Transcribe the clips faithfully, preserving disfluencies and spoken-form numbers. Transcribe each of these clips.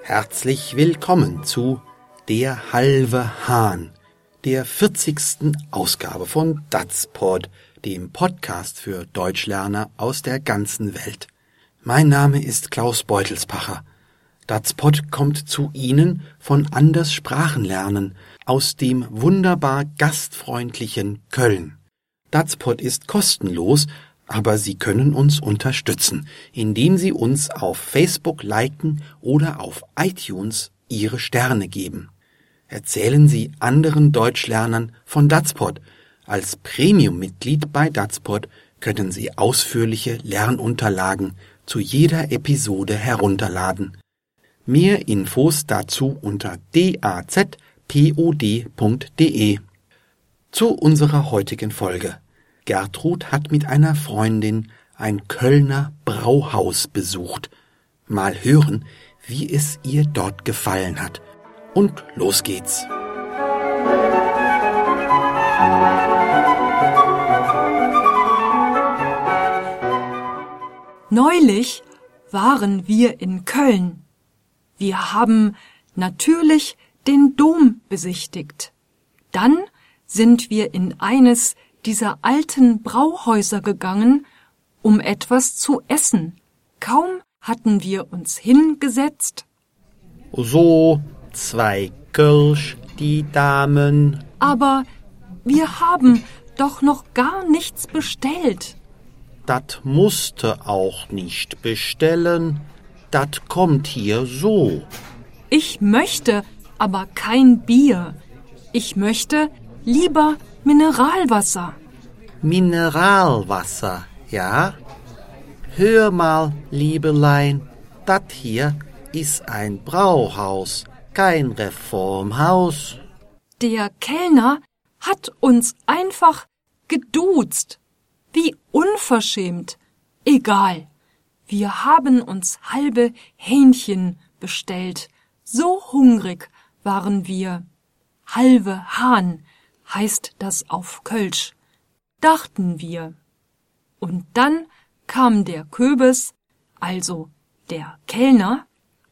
Herzlich willkommen zu Der halve Hahn, der vierzigsten Ausgabe von DatsPod, dem Podcast für Deutschlerner aus der ganzen Welt. Mein Name ist Klaus Beutelspacher. DatsPod kommt zu Ihnen von Anders Sprachenlernen aus dem wunderbar gastfreundlichen Köln. DatsPod ist kostenlos, aber Sie können uns unterstützen, indem Sie uns auf Facebook liken oder auf iTunes Ihre Sterne geben. Erzählen Sie anderen Deutschlernern von DatsPod. Als Premium-Mitglied bei DatsPod können Sie ausführliche Lernunterlagen zu jeder Episode herunterladen. Mehr Infos dazu unter dazpod punkt de. Zu unserer heutigen Folge. Gertrud hat mit einer Freundin ein Kölner Brauhaus besucht. Mal hören, wie es ihr dort gefallen hat. Und los geht's. Neulich waren wir in Köln. Wir haben natürlich den Dom besichtigt. Dann sind wir in eines dieser alten Brauhäuser gegangen, um etwas zu essen. Kaum hatten wir uns hingesetzt. So, zwei Kölsch, die Damen. Aber wir haben doch noch gar nichts bestellt. Dat musste auch nicht bestellen. Dat kommt hier so. Ich möchte aber kein Bier. Ich möchte lieber Mineralwasser. Mineralwasser, ja? Hör mal, Liebelein, dat hier ist ein Brauhaus, kein Reformhaus. Der Kellner hat uns einfach geduzt. Wie unverschämt. Egal. Wir haben uns halbe Hähnchen bestellt. So hungrig waren wir. Halve Hahn heißt das auf Kölsch, dachten wir. Und dann kam der Köbis, also der Kellner.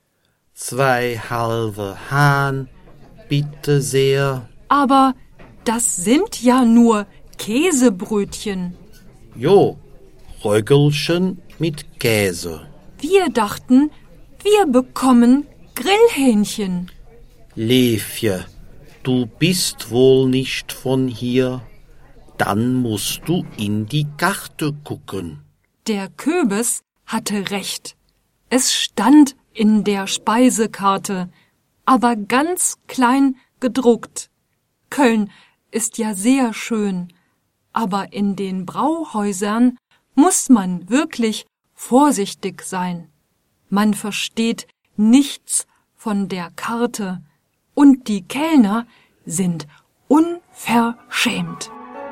Zwei halbe Hahn, bitte sehr. Aber das sind ja nur Käsebrötchen. Jo, Röggelchen mit Käse. Wir dachten, wir bekommen Grillhähnchen. Levje, du bist wohl nicht von hier. Dann musst du in die Karte gucken. Der Köbis hatte recht. Es stand in der Speisekarte, aber ganz klein gedruckt. Köln ist ja sehr schön, aber in den Brauhäusern muss man wirklich vorsichtig sein. Man versteht nichts von der Karte und die Kellner sind unverschämt.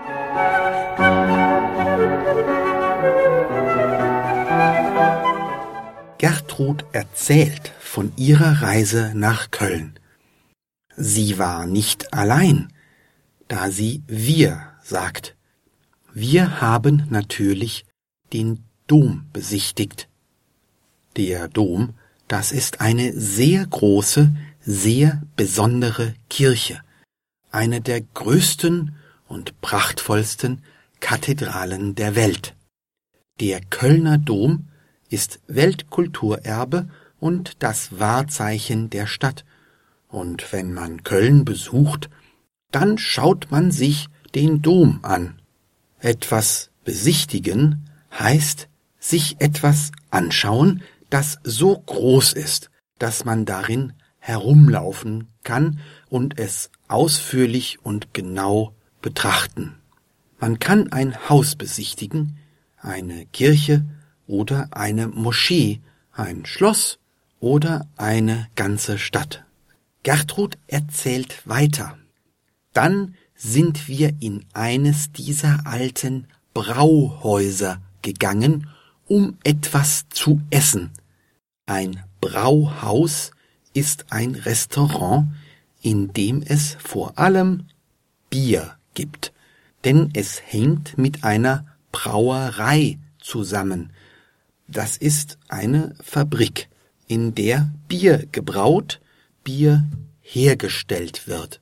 Gertrud erzählt von ihrer Reise nach Köln. Sie war nicht allein, da sie wir sagt. Wir haben natürlich den Dom besichtigt. Der Dom, das ist eine sehr große, sehr besondere Kirche, eine der größten und prachtvollsten Kathedralen der Welt. Der Kölner Dom ist Weltkulturerbe und das Wahrzeichen der Stadt. Und wenn man Köln besucht, dann schaut man sich den Dom an. Etwas besichtigen heißt sich etwas anschauen, das so groß ist, dass man darin herumlaufen kann und es ausführlich und genau betrachten. Man kann ein Haus besichtigen, eine Kirche oder eine Moschee, ein Schloss oder eine ganze Stadt. Gertrud erzählt weiter. Dann sind wir in eines dieser alten Brauhäuser gegangen, um etwas zu essen. Ein Brauhaus ist ein Restaurant, in dem es vor allem Bier gibt, denn es hängt mit einer Brauerei zusammen. Das ist eine Fabrik. in der Bier gebraut, Bier hergestellt wird.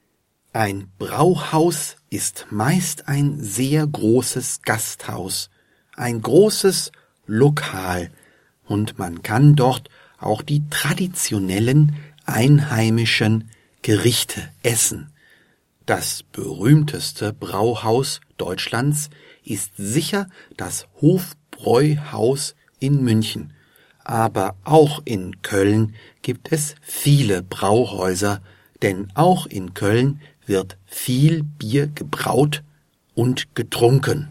Ein Brauhaus ist meist ein sehr großes Gasthaus, ein großes Lokal, und man kann dort auch die traditionellen einheimischen Gerichte essen. Das berühmteste Brauhaus Deutschlands ist sicher das Hofbräuhaus in München, aber auch in Köln gibt es viele Brauhäuser, denn auch in Köln wird viel Bier gebraut und getrunken.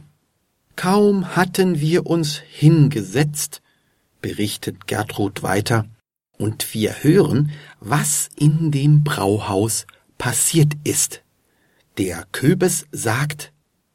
Kaum hatten wir uns hingesetzt, berichtet Gertrud weiter, und wir hören, was in dem Brauhaus passiert ist. Der Köbes sagt,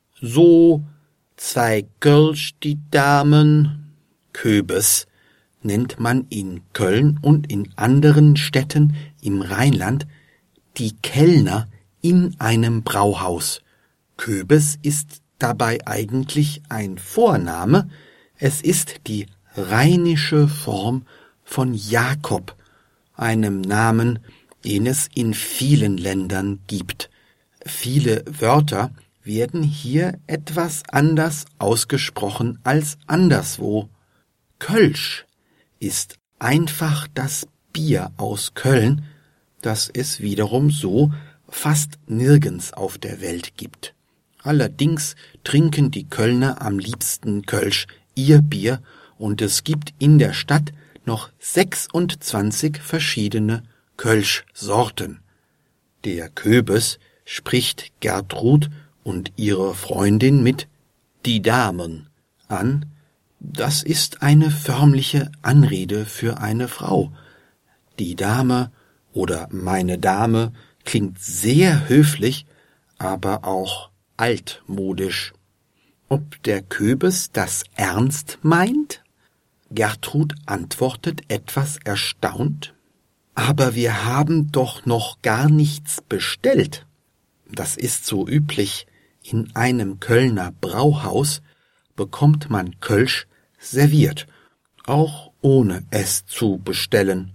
so, zwei Kölsch die Damen. Köbes nennt man in Köln und in anderen Städten im Rheinland die Kellner in einem Brauhaus. Köbes ist dabei eigentlich ein Vorname, es ist die rheinische Form von Jakob, einem Namen, den es in vielen Ländern gibt. Viele Wörter werden hier etwas anders ausgesprochen als anderswo. Kölsch ist einfach das Bier aus Köln, das es wiederum so fast nirgends auf der Welt gibt. Allerdings trinken die Kölner am liebsten Kölsch, ihr Bier, und es gibt in der Stadt noch sechsundzwanzig verschiedene Kölschsorten. Der Köbes spricht Gertrud und ihre Freundin mit die Damen an. Das ist eine förmliche Anrede für eine Frau. Die Dame oder meine Dame klingt sehr höflich, aber auch altmodisch. Ob der Köbes das ernst meint? Gertrud antwortet etwas erstaunt. Aber wir haben doch noch gar nichts bestellt. Das ist so üblich. In einem Kölner Brauhaus bekommt man Kölsch serviert, auch ohne es zu bestellen.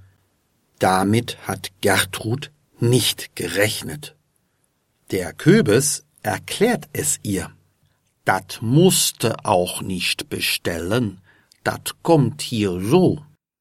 Damit hat Gertrud nicht gerechnet. Der Köbes erklärt es ihr. Dat musste auch nicht bestellen, dat kommt hier so.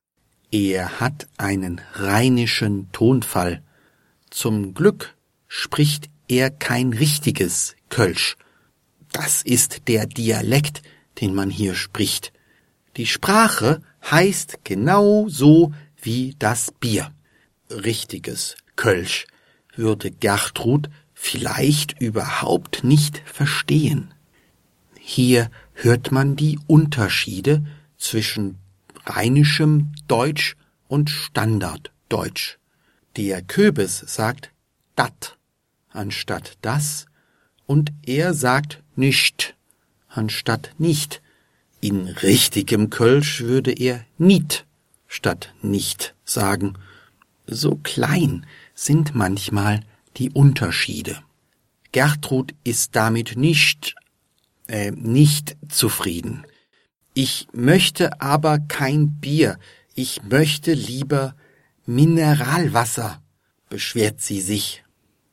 Er hat einen rheinischen Tonfall. Zum Glück spricht er kein richtiges Kölsch. Das ist der Dialekt, den man hier spricht. Die Sprache heißt genau so wie das Bier. Richtiges Kölsch würde Gertrud vielleicht überhaupt nicht verstehen. Hier hört man die Unterschiede zwischen rheinischem Deutsch und Standarddeutsch. Der Köbes sagt dat anstatt das und er sagt nicht anstatt nicht. In richtigem Kölsch würde er niet statt nicht sagen. So klein sind manchmal die Unterschiede. Gertrud ist damit nicht, äh, nicht zufrieden. Ich möchte aber kein Bier, ich möchte lieber Mineralwasser, beschwert sie sich.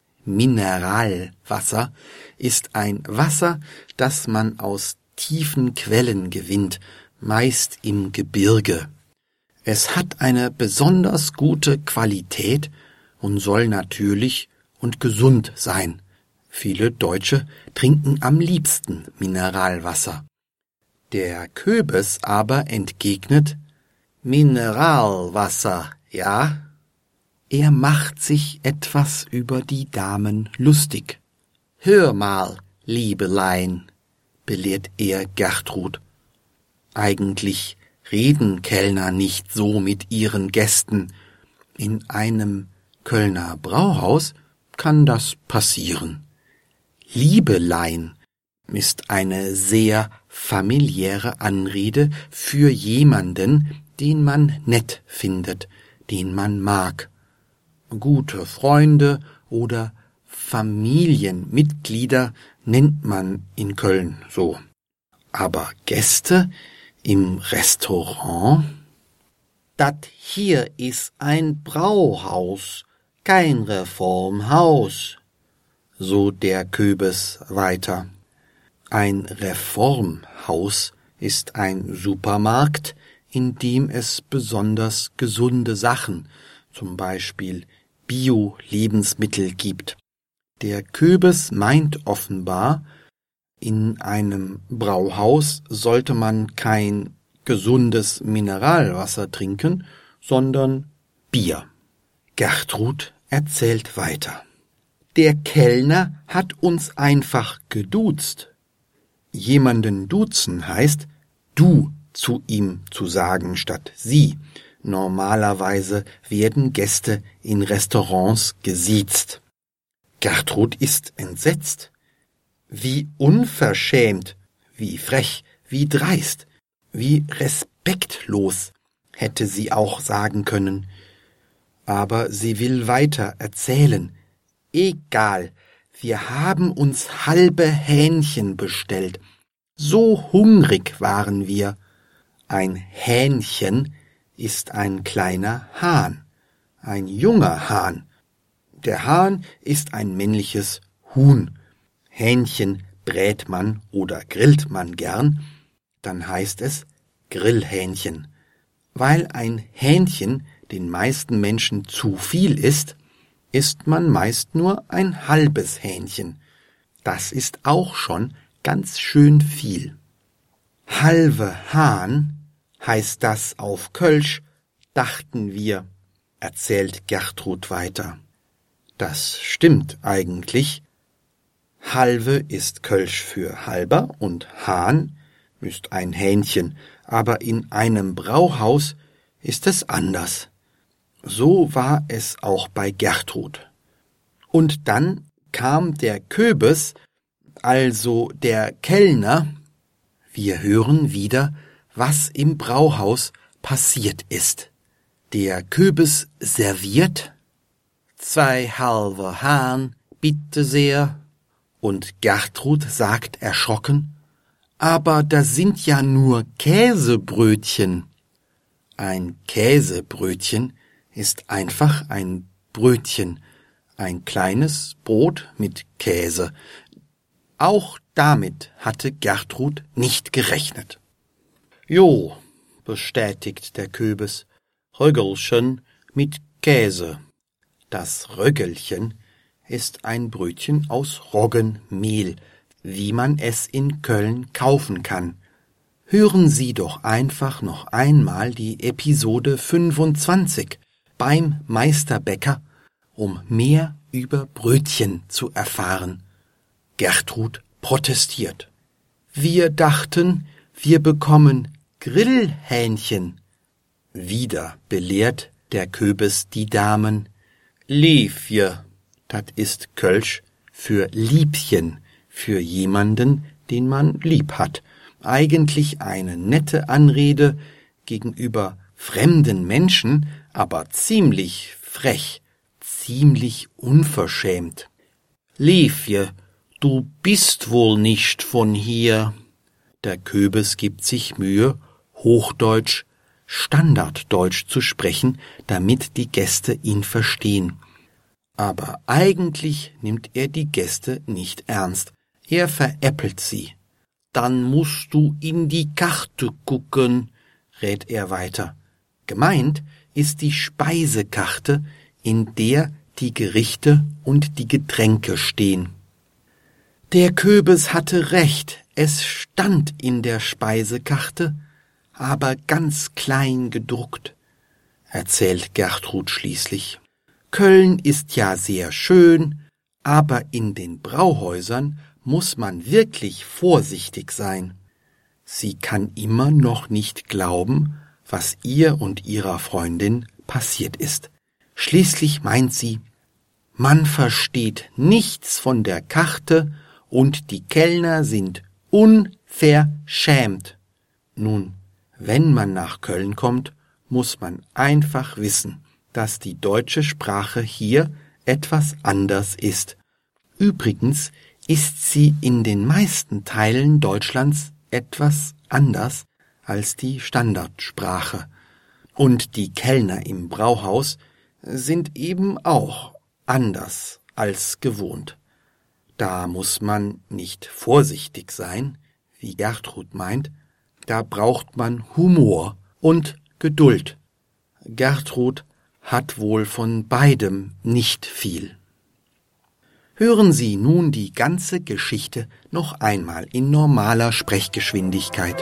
Mineralwasser ist ein Wasser, das man aus tiefen Quellen gewinnt, meist im Gebirge. Es hat eine besonders gute Qualität und soll natürlich und gesund sein. Viele Deutsche trinken am liebsten Mineralwasser. Der Köbes aber entgegnet, Mineralwasser, ja? Er macht sich etwas über die Damen lustig. Hör mal, Liebelein, belehrt er Gertrud. Eigentlich reden Kellner nicht so mit ihren Gästen. In einem Kölner Brauhaus kann das passieren. Liebelein ist eine sehr familiäre Anrede für jemanden, den man nett findet, den man mag. Gute Freunde oder Familienmitglieder nennt man in Köln so. Aber Gäste im Restaurant? dat hier is ein Brauhaus, kein Reformhaus, so der Köbis weiter. Ein Reformhaus ist ein Supermarkt, in dem es besonders gesunde Sachen, zum Beispiel Bio-Lebensmittel gibt. Der Köbis meint offenbar, in einem Brauhaus sollte man kein gesundes Mineralwasser trinken, sondern Bier. Gertrud erzählt weiter. Der Kellner hat uns einfach geduzt. Jemanden duzen heißt, du zu ihm zu sagen statt sie. Normalerweise werden Gäste in Restaurants gesiezt. Gertrud ist entsetzt. Wie unverschämt, wie frech, wie dreist, wie respektlos, hätte sie auch sagen können. Aber sie will weiter erzählen. Egal, wir haben uns halbe Hähnchen bestellt. So hungrig waren wir. Ein Hähnchen ist ein kleiner Hahn, ein junger Hahn. Der Hahn ist ein männliches Huhn. Hähnchen brät man oder grillt man gern, dann heißt es Grillhähnchen. Weil ein Hähnchen den meisten Menschen zu viel ist, isst man meist nur ein halbes Hähnchen. Das ist auch schon ganz schön viel. Halve Hahn heißt das auf Kölsch, dachten wir, erzählt Gertrud weiter. Das stimmt eigentlich. Halve ist Kölsch für halber und Hahn ist ein Hähnchen, aber in einem Brauhaus ist es anders. So war es auch bei Gertrud. Und dann kam der Köbis, also der Kellner. Wir hören wieder, was im Brauhaus passiert ist. Der Köbis serviert, zwei halbe Hahn, bitte sehr, und Gertrud sagt erschrocken, aber das sind ja nur Käsebrötchen. Ein Käsebrötchen ist einfach ein Brötchen, ein kleines Brot mit Käse. Auch damit hatte Gertrud nicht gerechnet. Jo, bestätigt der Köbis, Röggelchen mit Käse. Das Röggelchen ist ein Brötchen aus Roggenmehl, wie man es in Köln kaufen kann. Hören Sie doch einfach noch einmal die Episode fünfundzwanzig beim Meisterbäcker, um mehr über Brötchen zu erfahren. Gertrud protestiert. Wir dachten, wir bekommen Grillhähnchen. Wieder belehrt der Köbis die Damen. Liefje, dat ist Kölsch für Liebchen, für jemanden, den man lieb hat. Eigentlich eine nette Anrede gegenüber fremden Menschen, aber ziemlich frech, ziemlich unverschämt. Liefje, du bist wohl nicht von hier. Der Köbis gibt sich Mühe, Hochdeutsch, Standarddeutsch zu sprechen, damit die Gäste ihn verstehen. Aber eigentlich nimmt er die Gäste nicht ernst. Er veräppelt sie. Dann musst du in die Karte gucken, rät er weiter. Gemeint ist die Speisekarte, in der die Gerichte und die Getränke stehen. Der Köbis hatte recht, es stand in der Speisekarte, aber ganz klein gedruckt, erzählt Gertrud schließlich. Köln ist ja sehr schön, aber in den Brauhäusern muss man wirklich vorsichtig sein. Sie kann immer noch nicht glauben, was ihr und ihrer Freundin passiert ist. Schließlich meint sie, man versteht nichts von der Karte und die Kellner sind unverschämt. Nun, wenn man nach Köln kommt, muss man einfach wissen, dass die deutsche Sprache hier etwas anders ist. Übrigens ist sie in den meisten Teilen Deutschlands etwas anders als die Standardsprache. Und die Kellner im Brauhaus sind eben auch anders als gewohnt. Da muss man nicht vorsichtig sein, wie Gertrud meint, da braucht man Humor und Geduld. Gertrud hat wohl von beidem nicht viel. Hören Sie nun die ganze Geschichte noch einmal in normaler Sprechgeschwindigkeit.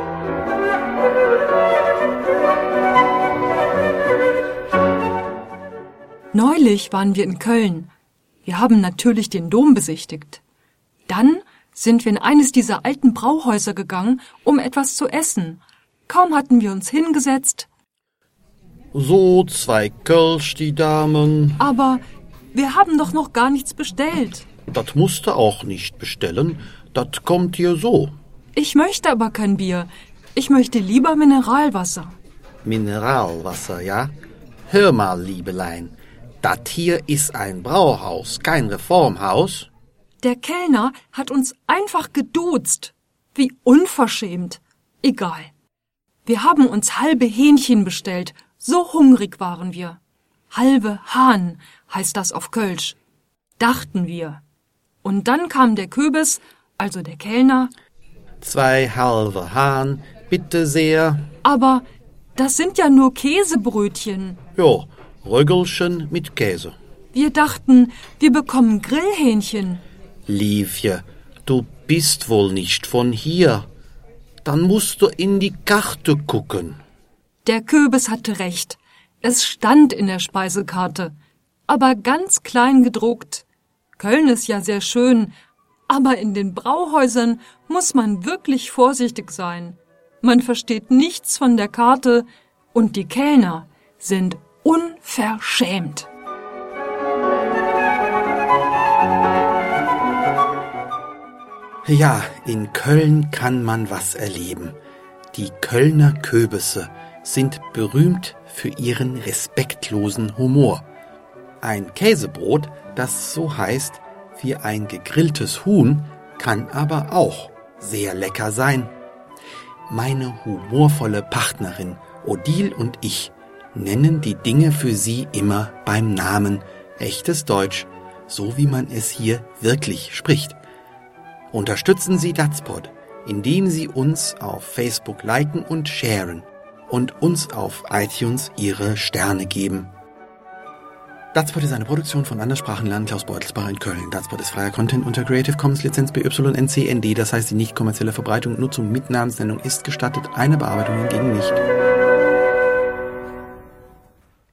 Neulich waren wir in Köln. Wir haben natürlich den Dom besichtigt. Dann sind wir in eines dieser alten Brauhäuser gegangen, um etwas zu essen. Kaum hatten wir uns hingesetzt. So, zwei Kölsch, die Damen. Aber wir haben doch noch gar nichts bestellt. Das musst du auch nicht bestellen, das kommt hier so. Ich möchte aber kein Bier. Ich möchte lieber Mineralwasser. Mineralwasser, ja? Hör mal, Liebelein, das hier ist ein Brauhaus, kein Reformhaus. Der Kellner hat uns einfach geduzt. Wie unverschämt. Egal. Wir haben uns halbe Hähnchen bestellt. So hungrig waren wir. Halbe Hahn heißt das auf Kölsch. Dachten wir. Und dann kam der Köbis, also der Kellner. Zwei halbe Hahn, bitte sehr. Aber das sind ja nur Käsebrötchen. Jo, Röggelchen mit Käse. Wir dachten, wir bekommen Grillhähnchen. Liefje, du bist wohl nicht von hier. Dann musst du in die Karte gucken. Der Köbis hatte recht. Es stand in der Speisekarte, aber ganz klein gedruckt. Köln ist ja sehr schön, aber in den Brauhäusern muss man wirklich vorsichtig sein. Man versteht nichts von der Karte und die Kellner sind unverschämt. Ja, in Köln kann man was erleben. Die Kölner Köbisse sind berühmt für ihren respektlosen Humor. Ein Käsebrot, das so heißt wie ein gegrilltes Huhn, kann aber auch sehr lecker sein. Meine humorvolle Partnerin Odile und ich nennen die Dinge für sie immer beim Namen, echtes Deutsch, so wie man es hier wirklich spricht. Unterstützen Sie Datspod, indem Sie uns auf Facebook liken und sharen und uns auf iTunes Ihre Sterne geben. Datspod ist eine Produktion von Anderssprachenland Klaus Beutelsbacher in Köln. Datspod ist freier Content unter Creative Commons Lizenz B Y N C N D, das heißt, die nicht kommerzielle Verbreitung und Nutzung mit Namensnennung ist gestattet, eine Bearbeitung hingegen nicht.